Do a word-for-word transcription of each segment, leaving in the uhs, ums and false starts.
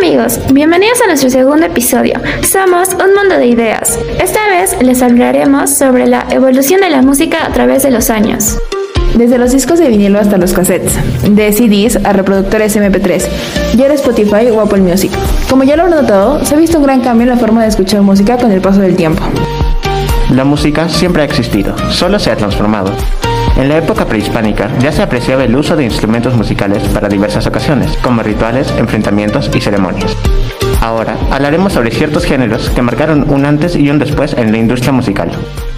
amigos, bienvenidos a nuestro segundo episodio. Somos Un Mundo de Ideas. Esta vez les hablaremos sobre la evolución de la música a través de los años. Desde los discos de vinilo hasta los cassettes, de C Ds a reproductores eme pe tres, y ahora Spotify o Apple Music. Como ya lo habrán notado, se ha visto un gran cambio en la forma de escuchar música con el paso del tiempo. La música siempre ha existido, solo se ha transformado. En la época prehispánica ya se apreciaba el uso de instrumentos musicales para diversas ocasiones, como rituales, enfrentamientos y ceremonias. Ahora hablaremos sobre ciertos géneros que marcaron un antes y un después en la industria musical.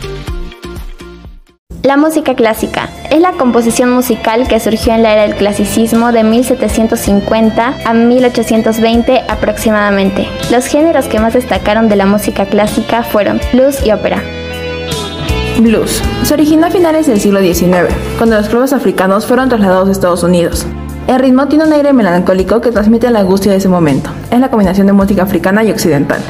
La música clásica es la composición musical que surgió en la era del clasicismo de mil setecientos cincuenta a mil ochocientos veinte aproximadamente. Los géneros que más destacaron de la música clásica fueron blues y ópera. Blues. Se originó a finales del siglo diecinueve, cuando los pueblos africanos fueron trasladados a Estados Unidos. El ritmo tiene un aire melancólico que transmite la angustia de ese momento. Es la combinación de música africana y occidental.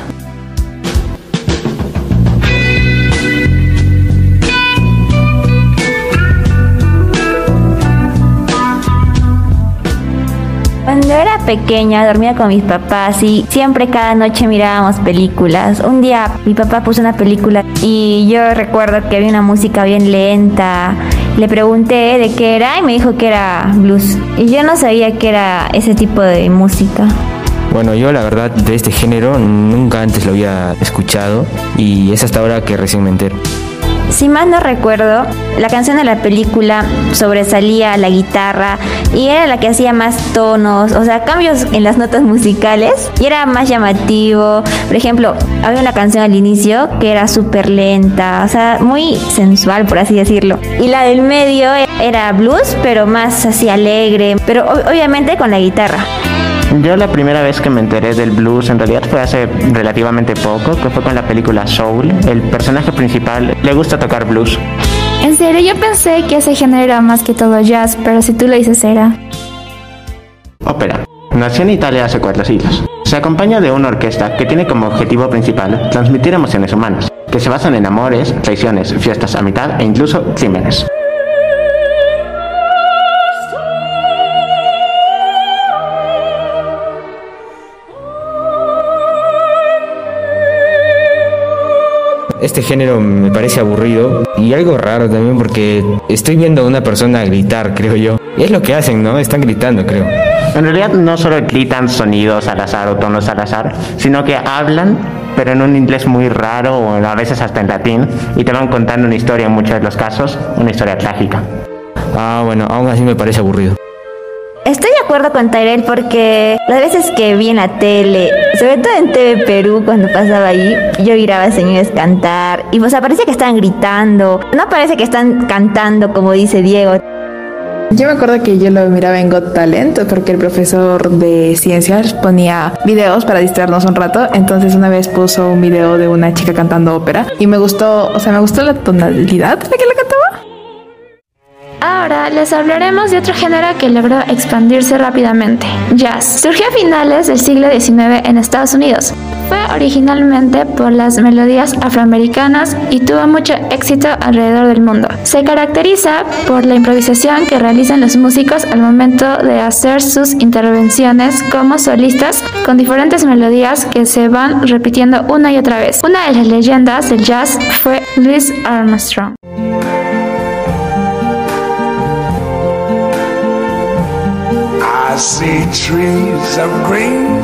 Cuando era pequeña dormía con mis papás y siempre cada noche mirábamos películas. Un día mi papá puso una película y yo recuerdo que había una música bien lenta. Le pregunté de qué era y me dijo que era blues. Y yo no sabía que era ese tipo de música. Bueno, yo la verdad de este género nunca antes lo había escuchado y es hasta ahora que recién me entero. Si mal no recuerdo, la canción de la película sobresalía la guitarra y era la que hacía más tonos, o sea, cambios en las notas musicales y era más llamativo. Por ejemplo, había una canción al inicio que era súper lenta, o sea, muy sensual, por así decirlo. Y la del medio era blues, pero más así alegre, pero obviamente con la guitarra. Yo la primera vez que me enteré del blues en realidad fue hace relativamente poco, que fue con la película Soul. El personaje principal le gusta tocar blues. En serio, yo pensé que ese género era más que todo jazz, pero si tú lo dices era... Ópera. Nació en Italia hace cuatro siglos. Se acompaña de una orquesta que tiene como objetivo principal transmitir emociones humanas, que se basan en amores, traiciones, fiestas, amistad e incluso crímenes. Este género me parece aburrido y algo raro también porque estoy viendo a una persona gritar, creo yo. Y es lo que hacen, ¿no? Están gritando, creo. En realidad no solo gritan sonidos al azar o tonos al azar, sino que hablan, pero en un inglés muy raro o a veces hasta en latín, y te van contando una historia en muchos de los casos, una historia trágica. Ah, bueno, aún así me parece aburrido. Estoy de acuerdo con Tyrell porque las veces que vi en la tele, sobre todo en T V Perú cuando pasaba ahí, yo miraba a señores cantar y pues parecía que estaban gritando, no parece que están cantando como dice Diego. Yo me acuerdo que yo lo miraba en Got Talent porque el profesor de ciencias ponía videos para distraernos un rato. Entonces una vez puso un video de una chica cantando ópera y me gustó, o sea, me gustó la tonalidad de que la cantaba. Ahora les hablaremos de otro género que logró expandirse rápidamente, jazz. Surgió a finales del siglo diecinueve en Estados Unidos. Fue originalmente por las melodías afroamericanas y tuvo mucho éxito alrededor del mundo. Se caracteriza por la improvisación que realizan los músicos al momento de hacer sus intervenciones como solistas con diferentes melodías que se van repitiendo una y otra vez. Una de las leyendas del jazz fue Louis Armstrong. I see trees of green,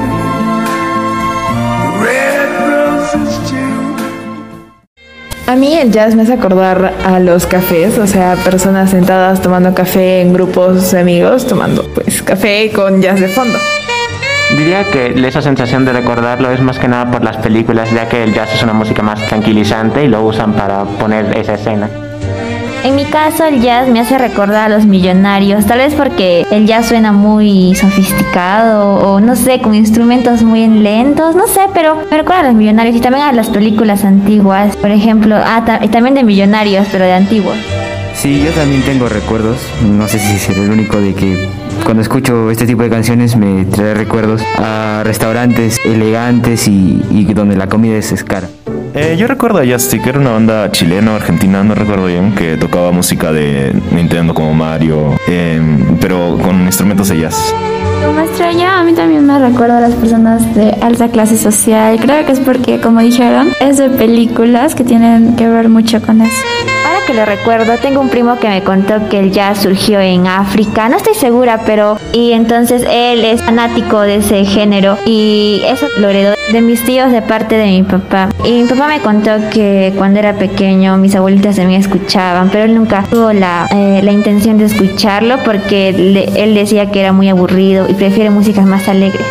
red roses too. A mí el jazz me hace acordar a los cafés, o sea, personas sentadas tomando café en grupos de amigos, tomando pues café con jazz de fondo. Diría que esa sensación de recordarlo es más que nada por las películas, ya que el jazz es una música más tranquilizante y lo usan para poner esa escena. En mi caso el jazz me hace recordar a Los Millonarios, tal vez porque el jazz suena muy sofisticado o no sé, con instrumentos muy lentos, no sé, pero me recuerda a Los Millonarios y también a las películas antiguas, por ejemplo, ah, ta- y también de Millonarios, pero de antiguos. Sí, yo también tengo recuerdos, no sé si seré el único de que cuando escucho este tipo de canciones me trae recuerdos a restaurantes elegantes y, y donde la comida es cara. Eh, yo recuerdo a Joystick, era una banda chilena o argentina, no recuerdo bien, que tocaba música de Nintendo como Mario, eh, pero con instrumentos de jazz. Como estrella, a mí también me recuerda a las personas de alta clase social. Creo que es porque, como dijeron, es de películas que tienen que ver mucho con eso. Ahora que lo recuerdo, tengo un primo que me contó que el jazz surgió en África, no estoy segura, pero... Y entonces él es fanático de ese género y eso lo heredó de mis tíos de parte de mi papá. Y mi papá me contó que cuando era pequeño mis abuelitas también escuchaban, pero él nunca tuvo la, eh, la intención de escucharlo porque le, él decía que era muy aburrido y prefiere músicas más alegres.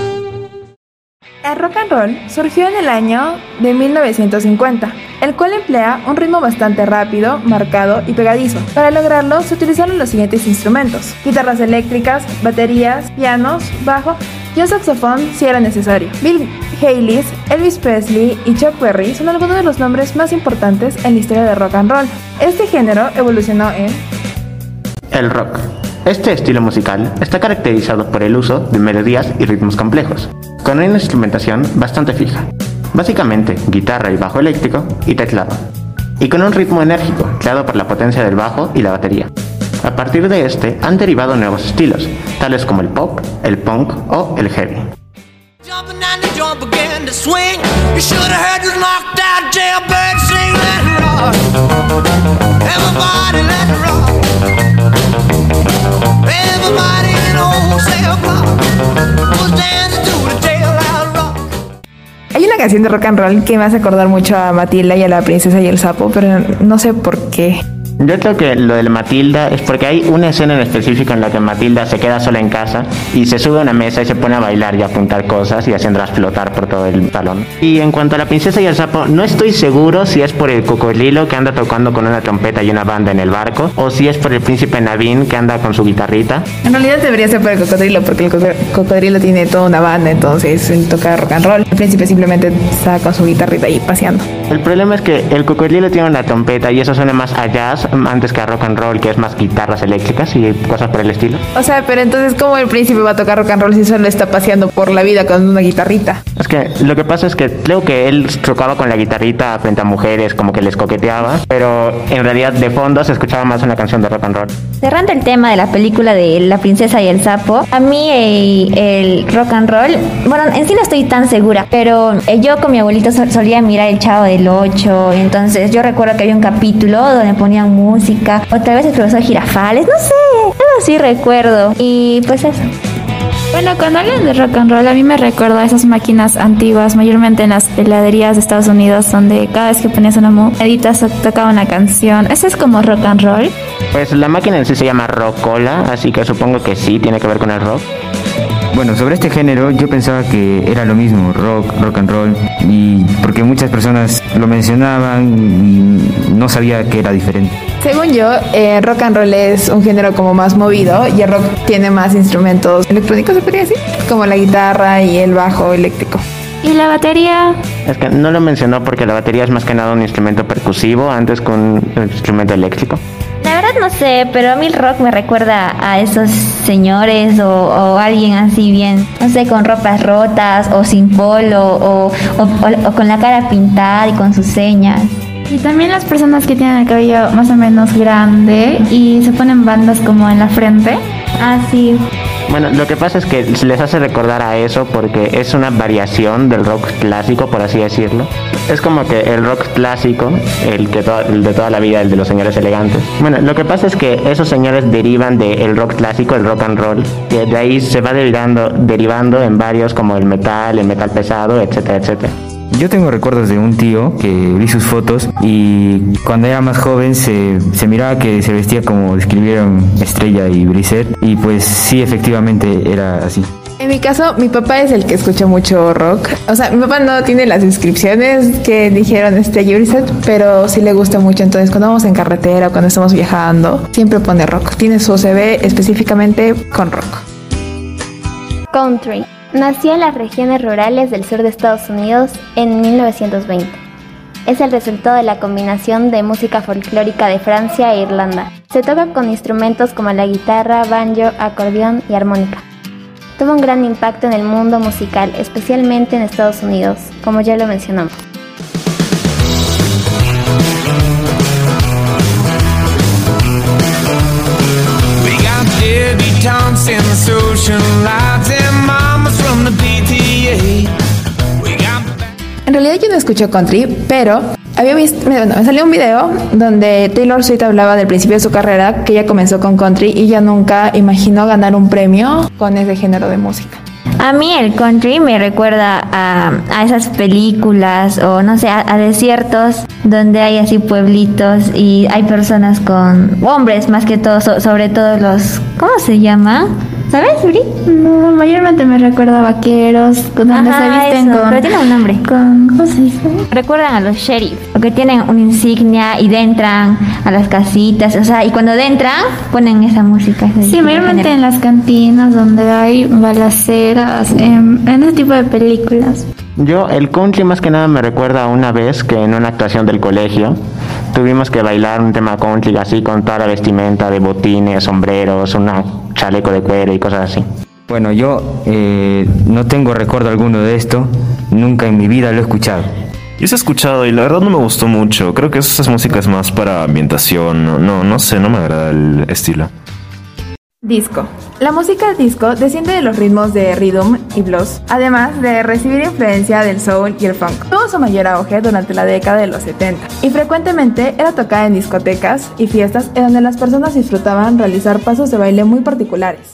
El rock and roll surgió en el año de mil novecientos cincuenta, el cual emplea un ritmo bastante rápido, marcado y pegadizo. Para lograrlo se utilizaron los siguientes instrumentos: guitarras eléctricas, baterías, pianos, bajo y un saxofón si era necesario. Bill Haley, Elvis Presley y Chuck Berry son algunos de los nombres más importantes en la historia del rock and roll. Este género evolucionó en el rock. Este estilo musical está caracterizado por el uso de melodías y ritmos complejos, con una instrumentación bastante fija, básicamente guitarra y bajo eléctrico y teclado, y con un ritmo enérgico creado por la potencia del bajo y la batería. A partir de este han derivado nuevos estilos, tales como el pop, el punk o el heavy. Hay una canción de rock and roll que me hace acordar mucho a Matilda y a la princesa y el sapo, pero no sé por qué. Yo creo que lo de Matilda es porque hay una escena en específico en la que Matilda se queda sola en casa y se sube a una mesa y se pone a bailar y a apuntar cosas y haciéndolas flotar por todo el salón. Y en cuanto a la princesa y el sapo, no estoy seguro si es por el cocodrilo que anda tocando con una trompeta y una banda en el barco, o si es por el príncipe Naveen que anda con su guitarrita. En realidad debería ser por el cocodrilo, porque el cocodrilo tiene toda una banda, entonces él toca rock and roll. El príncipe simplemente está con su guitarrita ahí paseando. El problema es que el cocodrilo tiene una trompeta y eso suena más a jazz antes que a rock and roll, que es más guitarras eléctricas y cosas por el estilo. O sea, pero entonces ¿cómo el príncipe va a tocar rock and roll si solo está paseando por la vida con una guitarrita? Es que lo que pasa es que creo que él tocaba con la guitarrita frente a mujeres, como que les coqueteaba, pero en realidad de fondo se escuchaba más una canción de rock and roll. Cerrando el tema de la película de La princesa y el sapo, a mí el, el rock and roll, bueno, en sí no estoy tan segura, pero yo con mi abuelito sol, solía mirar El Chavo del Ocho, entonces yo recuerdo que había un capítulo donde ponían música, o tal vez el profesor Girafales, no sé, algo así recuerdo, y pues eso. Bueno, cuando hablan de rock and roll, a mí me recuerda a esas máquinas antiguas, mayormente en las heladerías de Estados Unidos, donde cada vez que ponías una monedita tocaba una canción. ¿Eso es como rock and roll? Pues la máquina en sí se llama Rock-Cola, así que supongo que sí, tiene que ver con el rock. Bueno, sobre este género yo pensaba que era lo mismo, rock, rock and roll, y porque muchas personas lo mencionaban y no sabía que era diferente. Según yo, eh, rock and roll es un género como más movido y el rock tiene más instrumentos electrónicos, se podría decir, como la guitarra y el bajo eléctrico. ¿Y la batería? Es que no lo mencionó porque la batería es más que nada un instrumento percusivo antes que un instrumento eléctrico. La verdad no sé, pero a mí el rock me recuerda a esos señores o, o alguien así bien, no sé, con ropas rotas o sin polo o, o, o, o con la cara pintada y con sus señas. Y también las personas que tienen el cabello más o menos grande y se ponen bandas como en la frente. Ah, sí. Bueno, lo que pasa es que les hace recordar a eso porque es una variación del rock clásico, por así decirlo. Es como que el rock clásico, el, que to- el de toda la vida, el de los señores elegantes. Bueno, lo que pasa es que esos señores derivan del rock clásico, el rock and roll, y de ahí se va derivando, derivando en varios como el metal, el metal pesado, etcétera, etcétera. Yo tengo recuerdos de un tío que vi sus fotos y cuando era más joven se, se miraba que se vestía como describieron Estrella y Briser, y pues sí, efectivamente era así. En mi caso, mi papá es el que escucha mucho rock. O sea, mi papá no tiene las descripciones que dijeron Estrella y Briser, pero sí le gusta mucho. Entonces, cuando vamos en carretera o cuando estamos viajando, siempre pone rock. Tiene su C V específicamente con rock. Country. Nació en las regiones rurales del sur de Estados Unidos en mil novecientos veinte. Es el resultado de la combinación de música folclórica de Francia e Irlanda. Se toca con instrumentos como la guitarra, banjo, acordeón y armónica. Tuvo un gran impacto en el mundo musical, especialmente en Estados Unidos, como ya lo mencionamos. ocean lights and mamas from the P T A. We got En realidad yo no escucho country, pero había visto, bueno, me salió un video donde Taylor Swift hablaba del principio de su carrera, que ella comenzó con country y ella nunca imaginó ganar un premio con ese género de música. A mí el country me recuerda a, a esas películas o no sé, a, a desiertos donde hay así pueblitos y hay personas con hombres más que todo, so, sobre todo los, ¿cómo se llama? ¿Sabes, Uri? No, mayormente me recuerda a vaqueros, donde Ajá, se visten eso, con... pero tiene un nombre. Con, ¿cómo se dice? Recuerdan a los sheriff, porque tienen una insignia y entran a las casitas, o sea, y cuando entran ponen esa música. Ese Sí, mayormente en las cantinas donde hay balaceras, en, en ese tipo de películas. Yo, el country más que nada me recuerda a una vez que en una actuación del colegio tuvimos que bailar un tema country así con toda la vestimenta de botines, sombreros, un chaleco de cuero y cosas así. Bueno, yo eh, no tengo recuerdo alguno de esto, nunca en mi vida lo he escuchado. Yo se he escuchado y la verdad no me gustó mucho. Creo que esas músicas más para ambientación. No, no, no sé, no me agrada el estilo. Disco. La música disco desciende de los ritmos de rhythm y blues, además de recibir influencia del soul y el funk. Tuvo su mayor auge durante la década de los setenta y frecuentemente era tocada en discotecas y fiestas en donde las personas disfrutaban realizar pasos de baile muy particulares.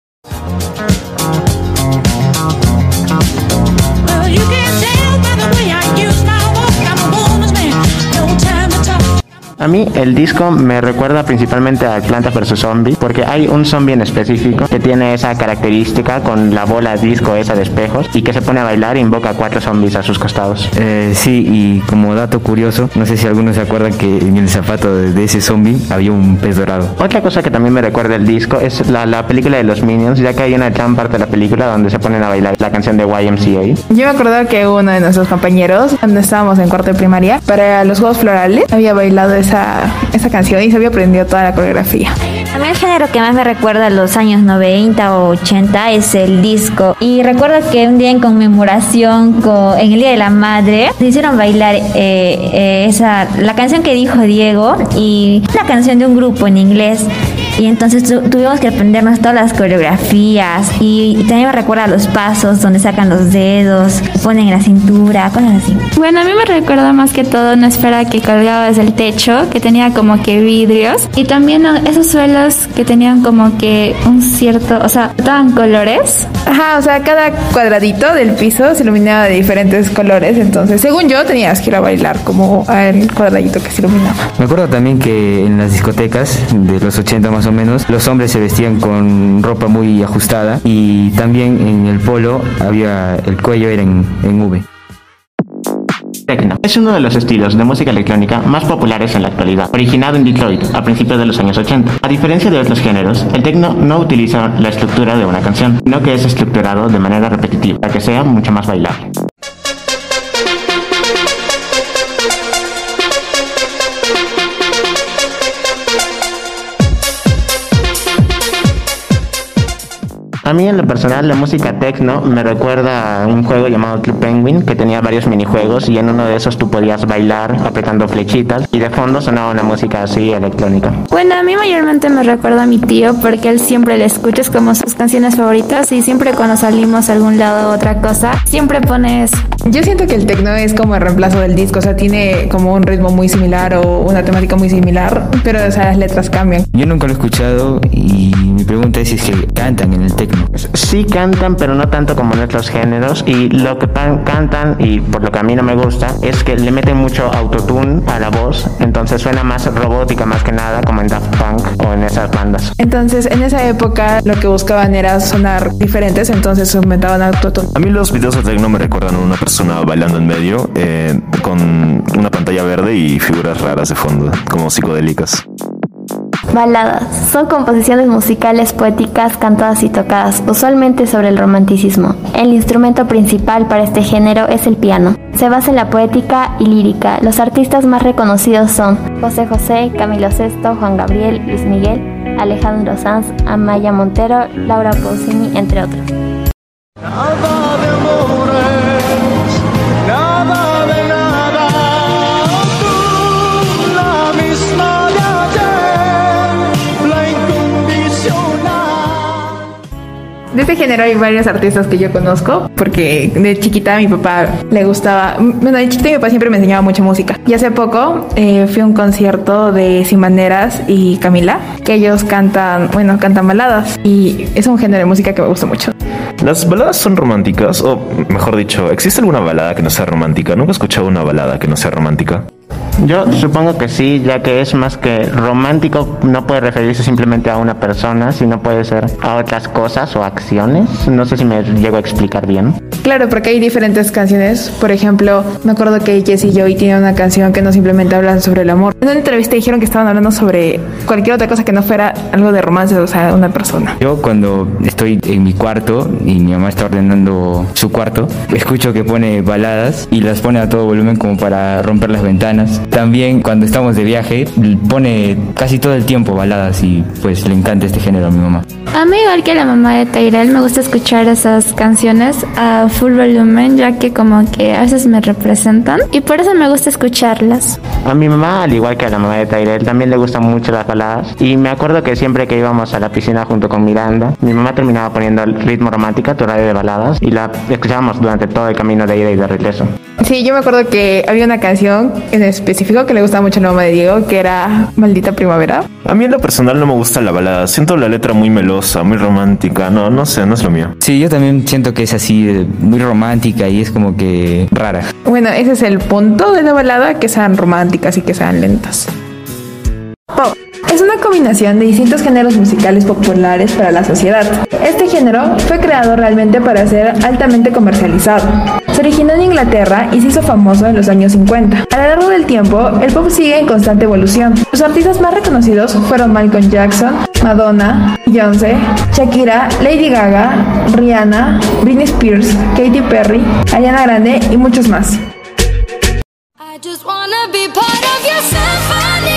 A mí el disco me recuerda principalmente a Plantas versus Zombies, porque hay un zombie en específico que tiene esa característica con la bola disco esa de espejos y que se pone a bailar e invoca a cuatro zombies a sus costados. Eh, sí, y como dato curioso, no sé si algunos se acuerdan que en el zapato de, de ese zombie había un pez dorado. Otra cosa que también me recuerda el disco es la, la película de los Minions, ya que hay una gran parte de la película donde se ponen a bailar la canción de Y M C A. Yo me acuerdo que uno de nuestros compañeros, cuando estábamos en cuarto de primaria, para los Juegos Florales, había bailado esa esa canción y se había aprendido toda la coreografía. A mí el género que más me recuerda a los años noventa o ochenta es el disco. Y recuerdo que un día en conmemoración con, en el Día de la Madre se hicieron bailar eh, eh, esa, la canción que dijo Diego y una canción de un grupo en inglés. Y entonces tu, tuvimos que aprendernos todas las coreografías y, y también me recuerda a los pasos donde sacan los dedos, ponen en la cintura, cosas así. Bueno, a mí me recuerda más que todo una esfera que colgaba desde el techo, que tenía como que vidrios y también esos suelos que tenían como que un cierto, o sea, daban colores. Ajá, o sea, cada cuadradito del piso se iluminaba de diferentes colores, entonces según yo tenías que ir a bailar como al cuadradito que se iluminaba. Me acuerdo también que en las discotecas de los ochenta más o menos, los hombres se vestían con ropa muy ajustada y también en el polo había, el cuello era en, en V. Techno es uno de los estilos de música electrónica más populares en la actualidad, originado en Detroit a principios de los años ochenta. A diferencia de otros géneros, el techno no utiliza la estructura de una canción, sino que es estructurado de manera repetitiva para que sea mucho más bailable. A mí en lo personal la música techno me recuerda a un juego llamado Club Penguin que tenía varios minijuegos y en uno de esos tú podías bailar apretando flechitas y de fondo sonaba una música así electrónica. Bueno, a mí mayormente me recuerda a mi tío porque él siempre le escucha como sus canciones favoritas y siempre cuando salimos a algún lado o otra cosa, siempre pone eso. Yo siento que el techno es como el reemplazo del disco, o sea, tiene como un ritmo muy similar o una temática muy similar, pero o sea, las letras cambian. Yo nunca lo he escuchado y mi pregunta es si es que cantan en el techno. Sí cantan, pero no tanto como en otros géneros, y lo que pan- cantan, y por lo que a mí no me gusta, es que le meten mucho autotune a la voz, entonces suena más robótica más que nada, como en Daft Punk o en esas bandas. Entonces, en esa época lo que buscaban era sonar diferentes, entonces aumentaban autotune. A mí los videos de techno me recuerdan a una persona bailando en medio eh, con una pantalla verde y figuras raras de fondo, como psicodélicas. Baladas son composiciones musicales poéticas cantadas y tocadas, usualmente sobre el romanticismo. El instrumento principal para este género es el piano. Se basa en la poética y lírica. Los artistas más reconocidos son José José, Camilo Sesto, Juan Gabriel, Luis Miguel, Alejandro Sanz, Amaya Montero, Laura Pausini, entre otros. Nada de amores, nada de nada, tú, la misma de ayer, la incondicional. De este género hay varios artistas que yo conozco, porque de chiquita a mi papá le gustaba, bueno, de chiquita mi papá siempre me enseñaba mucha música. Y hace poco eh, fui a un concierto de Sin Banderas y Camila, que ellos cantan, bueno, cantan baladas, y es un género de música que me gusta mucho. ¿Las baladas son románticas? O mejor dicho, ¿existe alguna balada que no sea romántica? Nunca he escuchado una balada que no sea romántica. Yo supongo que sí, ya que es más que romántico, no puede referirse simplemente a una persona, sino puede ser a otras cosas o acciones. No sé si me llego a explicar bien. Claro, porque hay diferentes canciones. Por ejemplo, me acuerdo que Jessie Joy tiene una canción que no simplemente hablan sobre el amor. En una entrevista dijeron que estaban hablando sobre cualquier otra cosa que no fuera algo de romance, o sea, una persona. Yo cuando estoy en mi cuarto y mi mamá está ordenando su cuarto, escucho que pone baladas y las pone a todo volumen como para romper las ventanas. También cuando estamos de viaje pone casi todo el tiempo baladas y pues le encanta este género a mi mamá. A mí, igual que la mamá de Tyrell, me gusta escuchar esas canciones a full volumen, ya que como que a veces me representan y por eso me gusta escucharlas. A mi mamá, al igual que a la mamá de Tyrell, también le gustan mucho las baladas. Y me acuerdo que siempre que íbamos a la piscina junto con Miranda, mi mamá terminaba poniendo el ritmo romántica, tu radio de baladas, y la escuchábamos durante todo el camino de ida y de regreso. Sí, yo me acuerdo que había una canción en específico que le gustaba mucho a la mamá de Diego, que era Maldita Primavera. A mí en lo personal no me gusta la balada. Siento la letra muy melosa, muy romántica. No, no sé, no es lo mío. Sí, yo también siento que es así, eh, muy romántica y es como que rara. Bueno, ese es el punto de la balada, que sean románticas y que sean lentas. Pop. Es una combinación de distintos géneros musicales populares para la sociedad. Este género fue creado realmente para ser altamente comercializado. Se originó en Inglaterra y se hizo famoso en los años cincuenta. A lo largo del tiempo, el pop sigue en constante evolución. Los artistas más reconocidos fueron Michael Jackson, Madonna, Beyoncé, Shakira, Lady Gaga, Rihanna, Britney Spears, Katy Perry, Ariana Grande y muchos más. I just wanna be part of your symphony.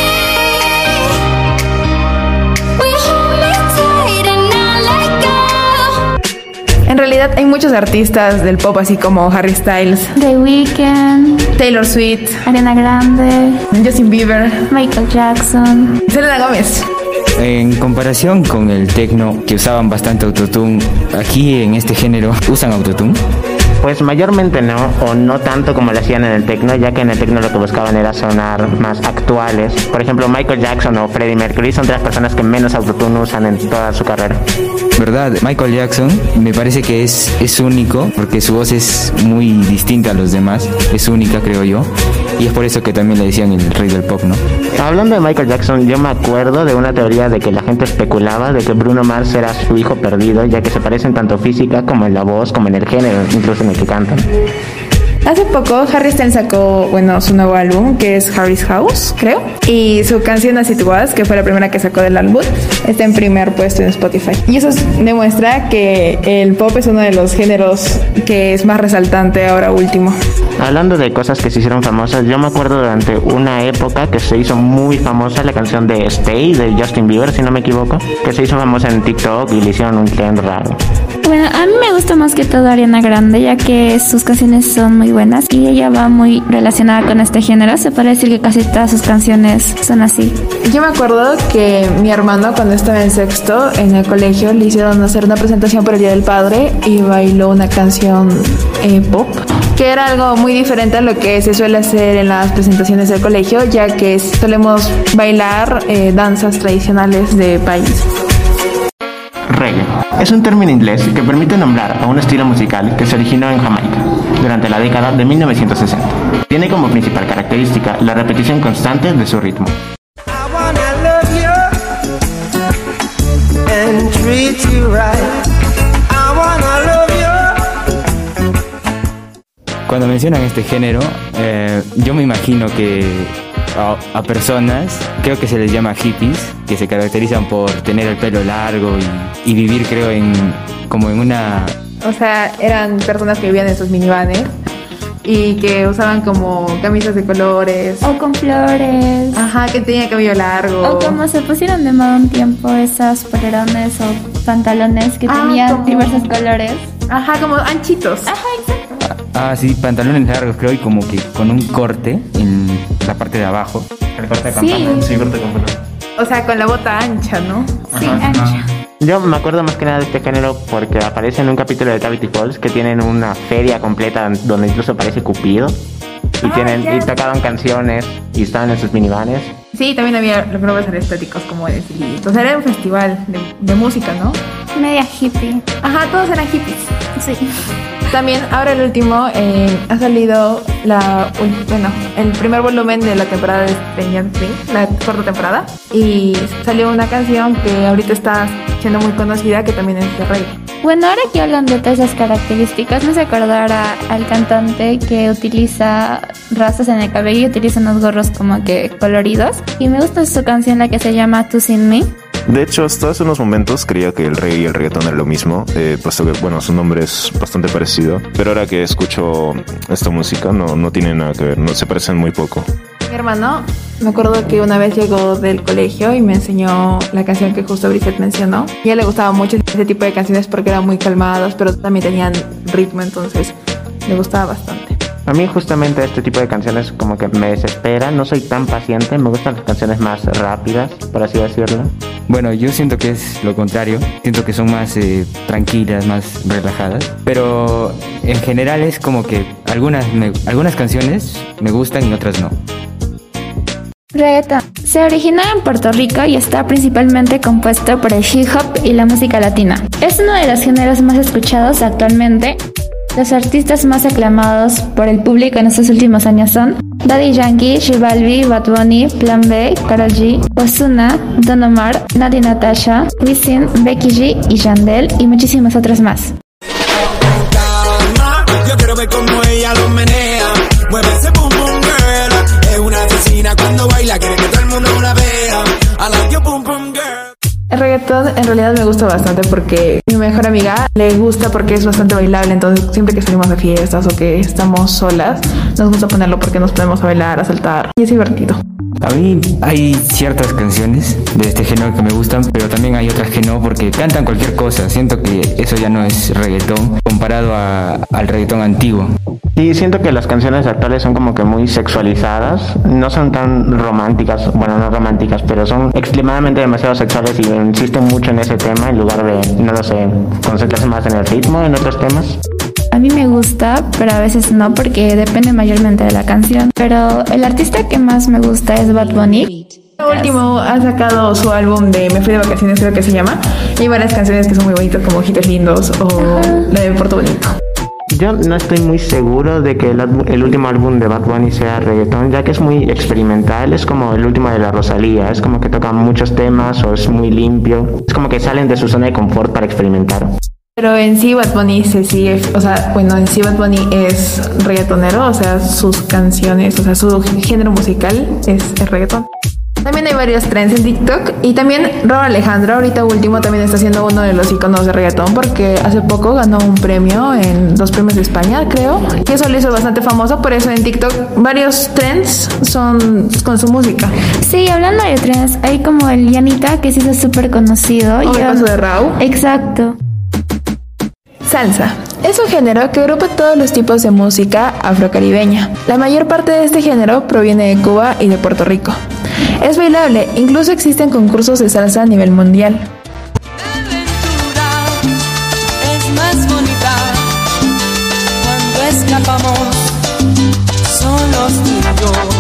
En realidad hay muchos artistas del pop, así como Harry Styles, The Weeknd, Taylor Swift, Ariana Grande, Justin Bieber, Michael Jackson, Selena Gómez. En comparación con el techno, que usaban bastante autotune, aquí en este género usan autotune. Pues mayormente no, o no tanto como lo hacían en el techno, ya que en el techno lo que buscaban era sonar más actuales. Por ejemplo, Michael Jackson o Freddie Mercury son tres personas que menos autotune usan en toda su carrera. ¿Verdad? Michael Jackson me parece que es, es único, porque su voz es muy distinta a los demás, es única, creo yo, y es por eso que también le decían el rey del pop, ¿no? Hablando de Michael Jackson, yo me acuerdo de una teoría de que la gente especulaba de que Bruno Mars era su hijo perdido, ya que se parecen tanto física como en la voz, como en el género, incluso en el que cantan. Hace poco Harry Styles sacó, bueno, su nuevo álbum, que es Harry's House, creo. Y su canción As It Was, que fue la primera que sacó del álbum, está en primer puesto en Spotify. Y eso demuestra que el pop es uno de los géneros que es más resaltante ahora último. Hablando de cosas que se hicieron famosas, yo me acuerdo durante una época que se hizo muy famosa la canción de Stay de Justin Bieber, si no me equivoco, que se hizo famosa en TikTok y le hicieron un trend raro. Bueno, a mí me gusta más que todo Ariana Grande, ya que sus canciones son muy buenas y ella va muy relacionada con este género. Se puede decir que casi todas sus canciones son así. Yo me acuerdo que mi hermano, cuando estaba en sexto en el colegio, le hicieron hacer una presentación por el Día del Padre y bailó una canción eh, pop, que era algo muy diferente a lo que se suele hacer en las presentaciones del colegio, ya que solemos bailar eh, danzas tradicionales de país. Reggae es un término inglés que permite nombrar a un estilo musical que se originó en Jamaica durante la década de mil novecientos sesenta. Tiene como principal característica la repetición constante de su ritmo. Cuando mencionan este género, eh, yo me imagino que a, a personas, creo que se les llama hippies, que se caracterizan por tener el pelo largo y, y vivir, creo, en como en una... O sea, eran personas que vivían en sus minivanes y que usaban como camisas de colores. O con flores. Ajá, que tenían cabello largo. O como se pusieron de moda un tiempo esas polerones o pantalones que ah, tenían como... diversos colores. Ajá, como anchitos. Ajá, exacto. Ah, sí, pantalones largos, creo, y como que con un corte en la parte de abajo. El corte de sí. campana. Sí, corte de campana. O sea, con la bota ancha, ¿no? Sí, Ajá, ancha. ajá. Yo me acuerdo más que nada de este género porque aparece en un capítulo de Gravity Falls que tienen una feria completa donde incluso aparece Cupido y, ah, tienen, ya. y tocaban canciones y estaban en sus minivanes. Sí, también había los globos aerostáticos como de Entonces era un festival de, de música, ¿no? Media hippie. Ajá, todos eran hippies. Sí. También, ahora el último, eh, ha salido la, bueno, el primer volumen de la temporada de Stranger Things, la cuarta temporada, y salió una canción que ahorita está siendo muy conocida, que también es de reggae. Bueno, ahora que hablan de todas esas características, me hace acordar a- al cantante que utiliza rastas en el cabello y utiliza unos gorros como que coloridos. Y me gusta su canción, la que se llama To Sin Me. De hecho, hasta hace unos momentos creía que el reggae y el reggaetón eran lo mismo, eh, puesto que, bueno, su nombre es bastante parecido. Pero ahora que escucho esta música, no, no tiene nada que ver, no se parecen muy poco. Mi hermano, me acuerdo que una vez llegó del colegio y me enseñó la canción que justo Brisette mencionó. Y a él le gustaba mucho ese tipo de canciones porque eran muy calmados, pero también tenían ritmo, entonces le gustaba bastante. A mí justamente este tipo de canciones como que me desesperan, no soy tan paciente, me gustan las canciones más rápidas, por así decirlo. Bueno, yo siento que es lo contrario. Siento que son más eh, tranquilas, más relajadas. Pero en general es como que algunas, me- algunas canciones me gustan y otras no. Reggaeton. Se originó en Puerto Rico y está principalmente compuesto por el hip hop y la música latina. Es uno de los géneros más escuchados actualmente. Los artistas más aclamados por el público en estos últimos años son Daddy Yankee, J Balvin, Bad Bunny, Plan B, Karol G, Ozuna, Don Omar, Nati Natasha, Wisin, Becky G y Yandel y muchísimas otras más. Calma, yo quiero ver cómo ella lo menea. Mueve ese boom boom girl. Es una asesina cuando baila, quiere que todo el mundo la vea. I like your boom boom girl. El reggaetón en realidad me gusta bastante porque mi mejor amiga le gusta porque es bastante bailable, entonces siempre que salimos de fiestas o que estamos solas, nos gusta ponerlo porque nos podemos a bailar, a saltar y es divertido. A mí hay ciertas canciones de este género que me gustan, pero también hay otras que no, porque cantan cualquier cosa. Siento que eso ya no es reggaetón comparado a- al reggaetón antiguo. Y siento que las canciones actuales son como que muy sexualizadas, no son tan románticas, bueno, no románticas, pero son extremadamente demasiado sexuales y insisten mucho en ese tema en lugar de, no lo sé, concentrarse más en el ritmo, en otros temas. A mí me gusta, pero a veces no porque depende mayormente de la canción. Pero el artista que más me gusta es Bad Bunny. Lo último ha sacado su álbum de Me Fui de Vacaciones, creo que se llama, y hay varias canciones que son muy bonitas como Ojitos Lindos o la de Puerto Bonito. Yo no estoy muy seguro de que el, álbum- el último álbum de Bad Bunny sea reggaetón, ya que es muy experimental, es como el último de la Rosalía, es como que tocan muchos temas o es muy limpio, es como que salen de su zona de confort para experimentar. Pero en sí Bad Bunny se sigue, o sea, bueno, en sí Bad Bunny es reggaetonero, o sea, sus canciones, o sea, su género musical es el reggaetón. También hay varios trends en TikTok y también Rauw Alejandro, ahorita último, también está siendo uno de los iconos de reggaetón porque hace poco ganó un premio en los premios de España, creo, y eso lo hizo bastante famoso, por eso en TikTok varios trends son con su música. Sí, hablando de trends, hay como el Yanita que se hizo súper conocido. O y el ahora- paso de Rauw. Exacto. Salsa. Es un género que agrupa todos los tipos de música afrocaribeña. La mayor parte de este género proviene de Cuba y de Puerto Rico. Es bailable, incluso existen concursos de salsa a nivel mundial. La aventura es más bonita cuando escapamos solos tú y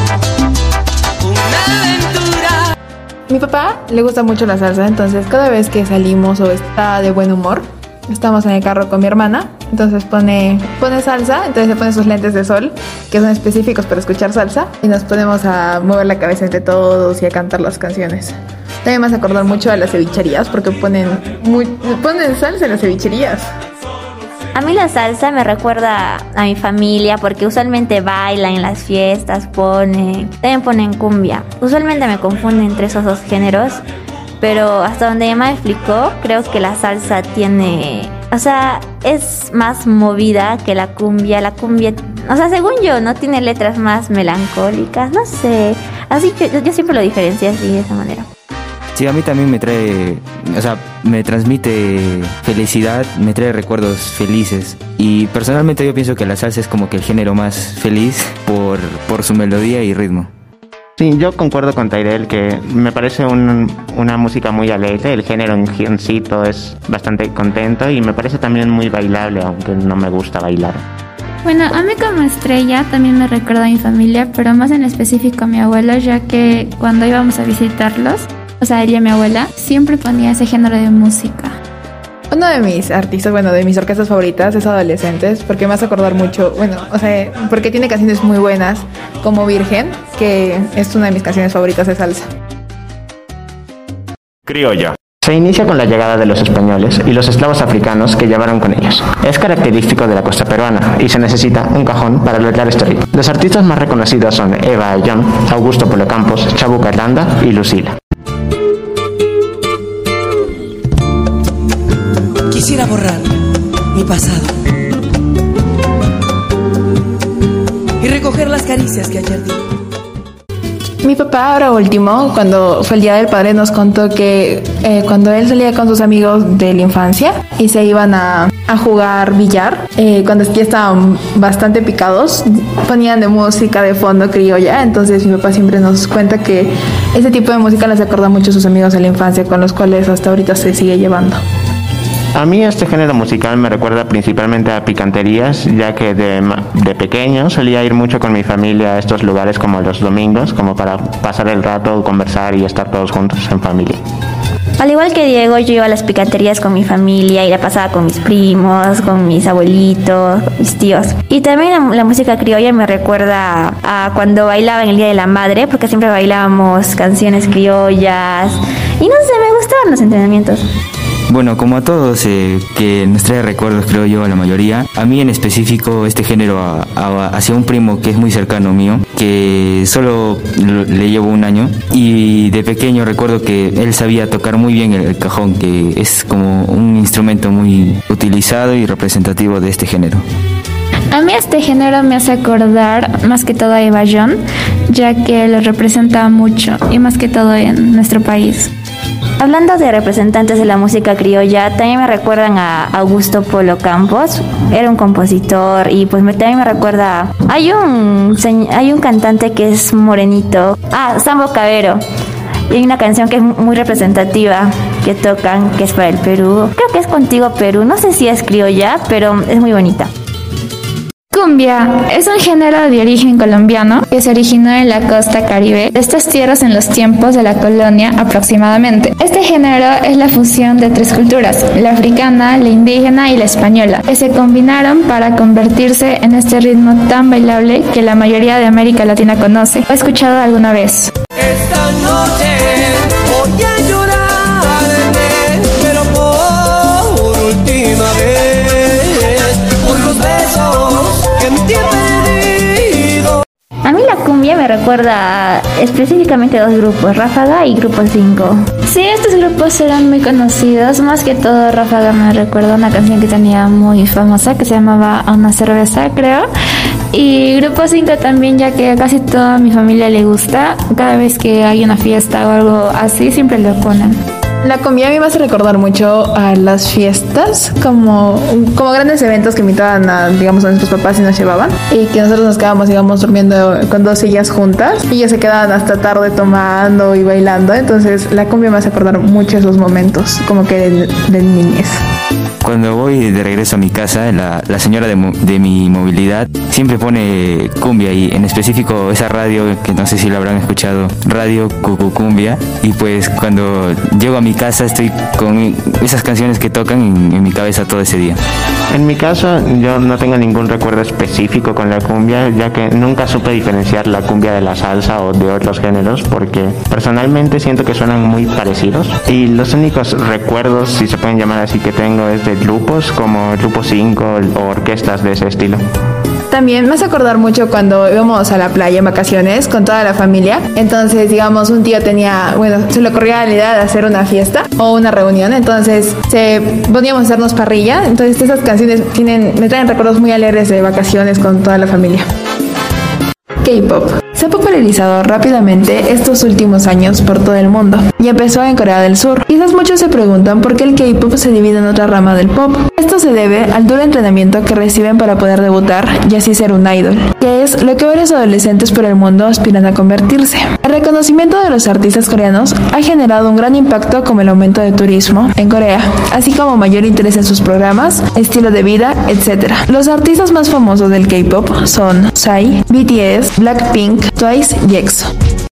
yo. Una aventura. Mi papá le gusta mucho la salsa, entonces cada vez que salimos o está de buen humor, estamos en el carro con mi hermana, entonces pone, pone salsa, entonces se pone sus lentes de sol, que son específicos para escuchar salsa, y nos ponemos a mover la cabeza entre todos y a cantar las canciones. También me hace acordar mucho a las cevicherías, porque ponen, muy, ponen salsa en las cevicherías. A mí la salsa me recuerda a mi familia porque usualmente bailan en las fiestas, ponen, también ponen cumbia. Usualmente me confunden entre esos dos géneros, pero hasta donde Emma explicó, creo que la salsa tiene, o sea, es más movida que la cumbia. La cumbia, o sea, según yo, no tiene letras más melancólicas, no sé. Así que yo, yo siempre lo diferencié así de esa manera. Sí, a mí también me trae, o sea, me transmite felicidad, me trae recuerdos felices. Y personalmente yo pienso que la salsa es como que el género más feliz por, por su melodía y ritmo. Sí, yo concuerdo con Tyrell que me parece un, una música muy alegre, el género en sí todo es bastante contento y me parece también muy bailable, aunque no me gusta bailar. Bueno, a mí como estrella también me recuerda a mi familia, pero más en específico a mi abuelo, ya que cuando íbamos a visitarlos, o sea, ella y mi abuela, siempre ponía ese género de música. Uno de mis artistas, bueno, de mis orquestas favoritas es Adolescentes, porque me hace acordar mucho, bueno, o sea, porque tiene canciones muy buenas, como Virgen, que es una de mis canciones favoritas de salsa. Criolla. Se inicia con la llegada de los españoles y los esclavos africanos que llevaron con ellos. Es característico de la costa peruana y se necesita un cajón para lograr este ritmo. Los artistas más reconocidos son Eva Ayllón, Augusto Polo Campos, Chabuca Irlanda y Lucila. Quisiera borrar mi pasado y recoger las caricias que ayer di. Mi papá ahora último, cuando fue el Día del Padre, nos contó que eh, cuando él salía con sus amigos de la infancia y se iban a, a jugar billar, eh, cuando ya estaban bastante picados, ponían de música de fondo criolla. Entonces mi papá siempre nos cuenta que ese tipo de música les acuerda mucho a sus amigos de la infancia, con los cuales hasta ahorita se sigue llevando. A mí este género musical me recuerda principalmente a picanterías, ya que de, de pequeño solía ir mucho con mi familia a estos lugares como los domingos, como para pasar el rato, conversar y estar todos juntos en familia. Al igual que Diego, yo iba a las picanterías con mi familia y la pasaba con mis primos, con mis abuelitos, con mis tíos. Y también la, la música criolla me recuerda a, a cuando bailaba en el Día de la Madre, porque siempre bailábamos canciones criollas y no sé, me gustaban los entrenamientos. Bueno, como a todos eh, que nos trae recuerdos, creo yo, a la mayoría, a mí en específico este género a, a, hacia un primo que es muy cercano mío, que solo le llevo un año, y de pequeño recuerdo que él sabía tocar muy bien el, el cajón, que es como un instrumento muy utilizado y representativo de este género. A mí este género me hace acordar más que todo a Eva Ayllón, ya que lo representa mucho y más que todo en nuestro país. Hablando de representantes de la música criolla, también me recuerdan a Augusto Polo Campos. Era un compositor y pues me, también me recuerda... Hay un, hay un cantante que es morenito. Ah, Sambo Cabero. Y hay una canción que es muy representativa que tocan, que es para el Perú. Creo que es Contigo Perú. No sé si es criolla, pero es muy bonita. Cumbia es un género de origen colombiano que se originó en la costa caribe de estas tierras en los tiempos de la colonia aproximadamente. Este género es la fusión de tres culturas, la africana, la indígena y la española, que se combinaron para convertirse en este ritmo tan bailable que la mayoría de América Latina conoce o ha escuchado alguna vez. Esta noche voy a llorarme, pero por última vez, por los besos que me he perdido. A mí la cumbia me recuerda específicamente a dos grupos, Ráfaga y Grupo cinco. Sí, estos grupos eran muy conocidos, más que todo Ráfaga me recuerda una canción que tenía muy famosa que se llamaba A una cerveza, creo. Y Grupo cinco también, ya que a casi toda mi familia le gusta. Cada vez que hay una fiesta o algo así, siempre lo ponen. La cumbia a mí me hace recordar mucho a las fiestas, como, como grandes eventos que invitaban a, digamos, a nuestros papás y nos llevaban. Y que nosotros nos quedábamos, digamos, durmiendo con dos sillas juntas. Y ellos se quedaban hasta tarde tomando y bailando. Entonces la cumbia me hace recordar mucho esos momentos, como que de, de niñez. Cuando voy de regreso a mi casa, la, la señora de, de mi movilidad siempre pone cumbia, y en específico esa radio, que no sé si la habrán escuchado, Radio Cucucumbia, y pues cuando llego a mi casa estoy con esas canciones que tocan en, en mi cabeza todo ese día. En mi caso yo no tengo ningún recuerdo específico con la cumbia, ya que nunca supe diferenciar la cumbia de la salsa o de otros géneros, porque personalmente siento que suenan muy parecidos, y los únicos recuerdos, si se pueden llamar así, que tengo es de grupos como Grupo cinco o orquestas de ese estilo. También me hace acordar mucho cuando íbamos a la playa en vacaciones con toda la familia. Entonces, digamos, un tío tenía, bueno, se le ocurría la idea de hacer una fiesta o una reunión. Entonces, se poníamos a hacernos parrilla. Entonces, esas canciones tienen, me traen recuerdos muy alegres de vacaciones con toda la familia. K-pop se ha popularizado rápidamente estos últimos años por todo el mundo, y empezó en Corea del Sur. Quizás muchos se preguntan por qué el K-pop se divide en otra rama del pop. Esto se debe al duro entrenamiento que reciben para poder debutar y así ser un idol, que es lo que varios adolescentes por el mundo aspiran a convertirse. El reconocimiento de los artistas coreanos ha generado un gran impacto como el aumento de turismo en Corea, así como mayor interés en sus programas, estilo de vida, etcétera. Los artistas más famosos del K-pop son Psy, B T S, Blackpink, Twice y EXO.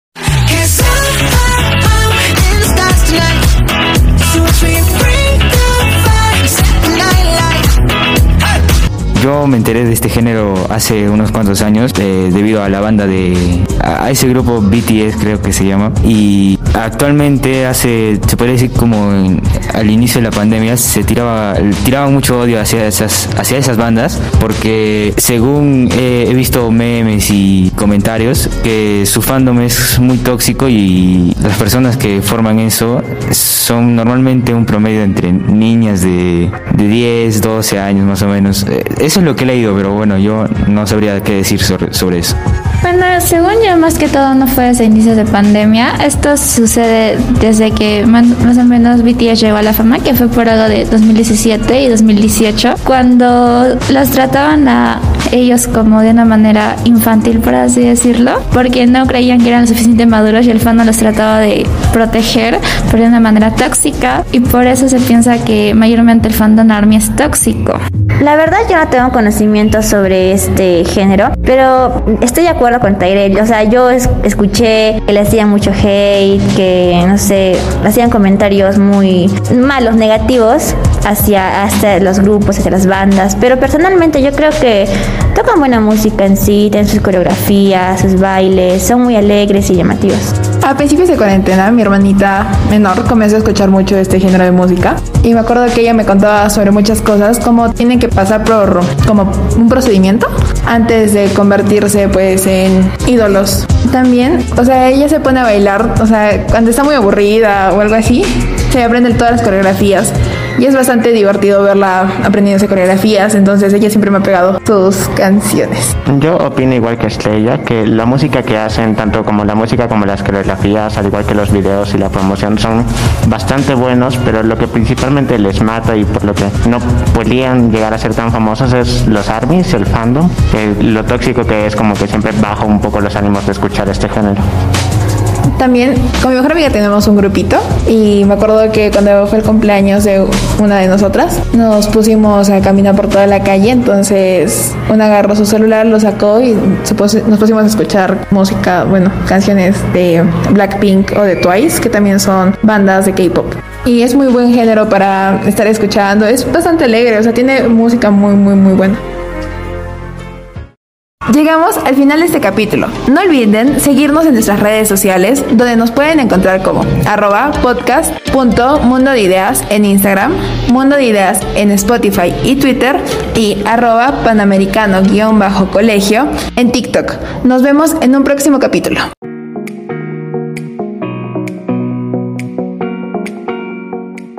Yo me enteré de este género hace unos cuantos años eh, debido a la banda de... a, a ese grupo B T S creo que se llama. Y actualmente hace, se podría decir como en, al inicio de la pandemia se tiraba, tiraba mucho odio hacia esas, hacia esas bandas porque según eh, he visto memes y comentarios que su fandom es muy tóxico y las personas que forman eso son normalmente un promedio entre niñas de, de diez, doce años más o menos. Eso es lo que he leído, pero bueno, yo no sabría qué decir sobre, sobre eso. Bueno, según yo, más que todo no fue desde inicios de pandemia. Esto sucede desde que más o menos B T S llegó a la fama, que fue por algo de dos mil diecisiete y dos mil dieciocho, cuando los trataban a ellos como de una manera infantil, por así decirlo, porque no creían que eran lo suficientemente maduros y el fandom los trataba de proteger, pero de una manera tóxica, y por eso se piensa que mayormente el fandom ARMY es tóxico. La verdad yo no tengo conocimiento sobre este género, pero estoy de acuerdo con Tyrell. O sea, yo es, escuché que le hacían mucho hate, que no sé, hacían comentarios muy malos, negativos hacia, hacia los grupos, hacia las bandas, pero personalmente yo creo que tocan buena música en sí, tienen sus coreografías, sus bailes, son muy alegres y llamativos. A principios de cuarentena, mi hermanita menor comenzó a escuchar mucho este género de música y me acuerdo que ella me contaba sobre muchas cosas, como tienen que pasar por como un procedimiento antes de convertirse pues en ídolos. También, o sea, ella se pone a bailar, o sea, cuando está muy aburrida o algo así, se aprende todas las coreografías. Y es bastante divertido verla aprendiendo coreografías, entonces ella siempre me ha pegado sus canciones. Yo opino igual que Estrella, que la música que hacen, tanto como la música como las coreografías, al igual que los videos y la promoción, son bastante buenos, pero lo que principalmente les mata y por lo que no podían llegar a ser tan famosos es los ARMYs, el fandom, que lo tóxico que es, como que siempre baja un poco los ánimos de escuchar este género. También con mi mejor amiga tenemos un grupito y me acuerdo que cuando fue el cumpleaños de una de nosotras nos pusimos a caminar por toda la calle, entonces una agarró su celular, lo sacó y nos pusimos a escuchar música, bueno, canciones de Blackpink o de Twice, que también son bandas de K-pop. Y es muy buen género para estar escuchando, es bastante alegre, o sea, tiene música muy muy muy buena. Llegamos al final de este capítulo. No olviden seguirnos en nuestras redes sociales, donde nos pueden encontrar como arroba podcast punto mundo de ideas en Instagram, Mundo de Ideas en Spotify y Twitter y arroba panamericano guión bajo colegio en TikTok. Nos vemos en un próximo capítulo.